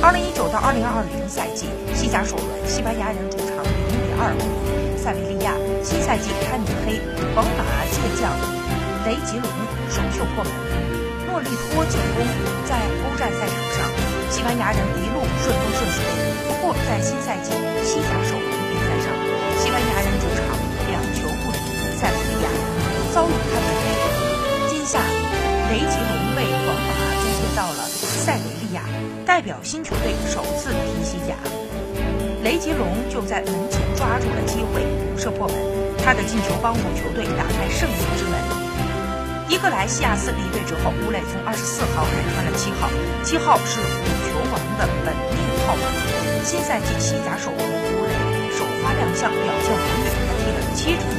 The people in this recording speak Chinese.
2019到2020赛季，西甲首轮，西班牙人主场0-2塞维利亚。新赛季开幕黑，皇马健将雷吉隆首秀破门，诺利托建功。在欧战赛场上，西班牙人一路顺风顺水。不过，在新赛季西甲首轮比赛上，西班牙人主场2球不敌塞维利亚，遭遇开幕黑。今夏，雷吉隆为皇马租借到了塞维利亚，代表新球队首次踢西甲。雷吉隆就在门前抓住了机会，射破门。他的进球帮助球队打开胜利之门。伊格莱西亚斯离队之后，乌磊从24号改穿了7号，7号是五球王的本命号码。新赛季西甲首轮，乌磊首发亮相，表现活跃，他踢了7场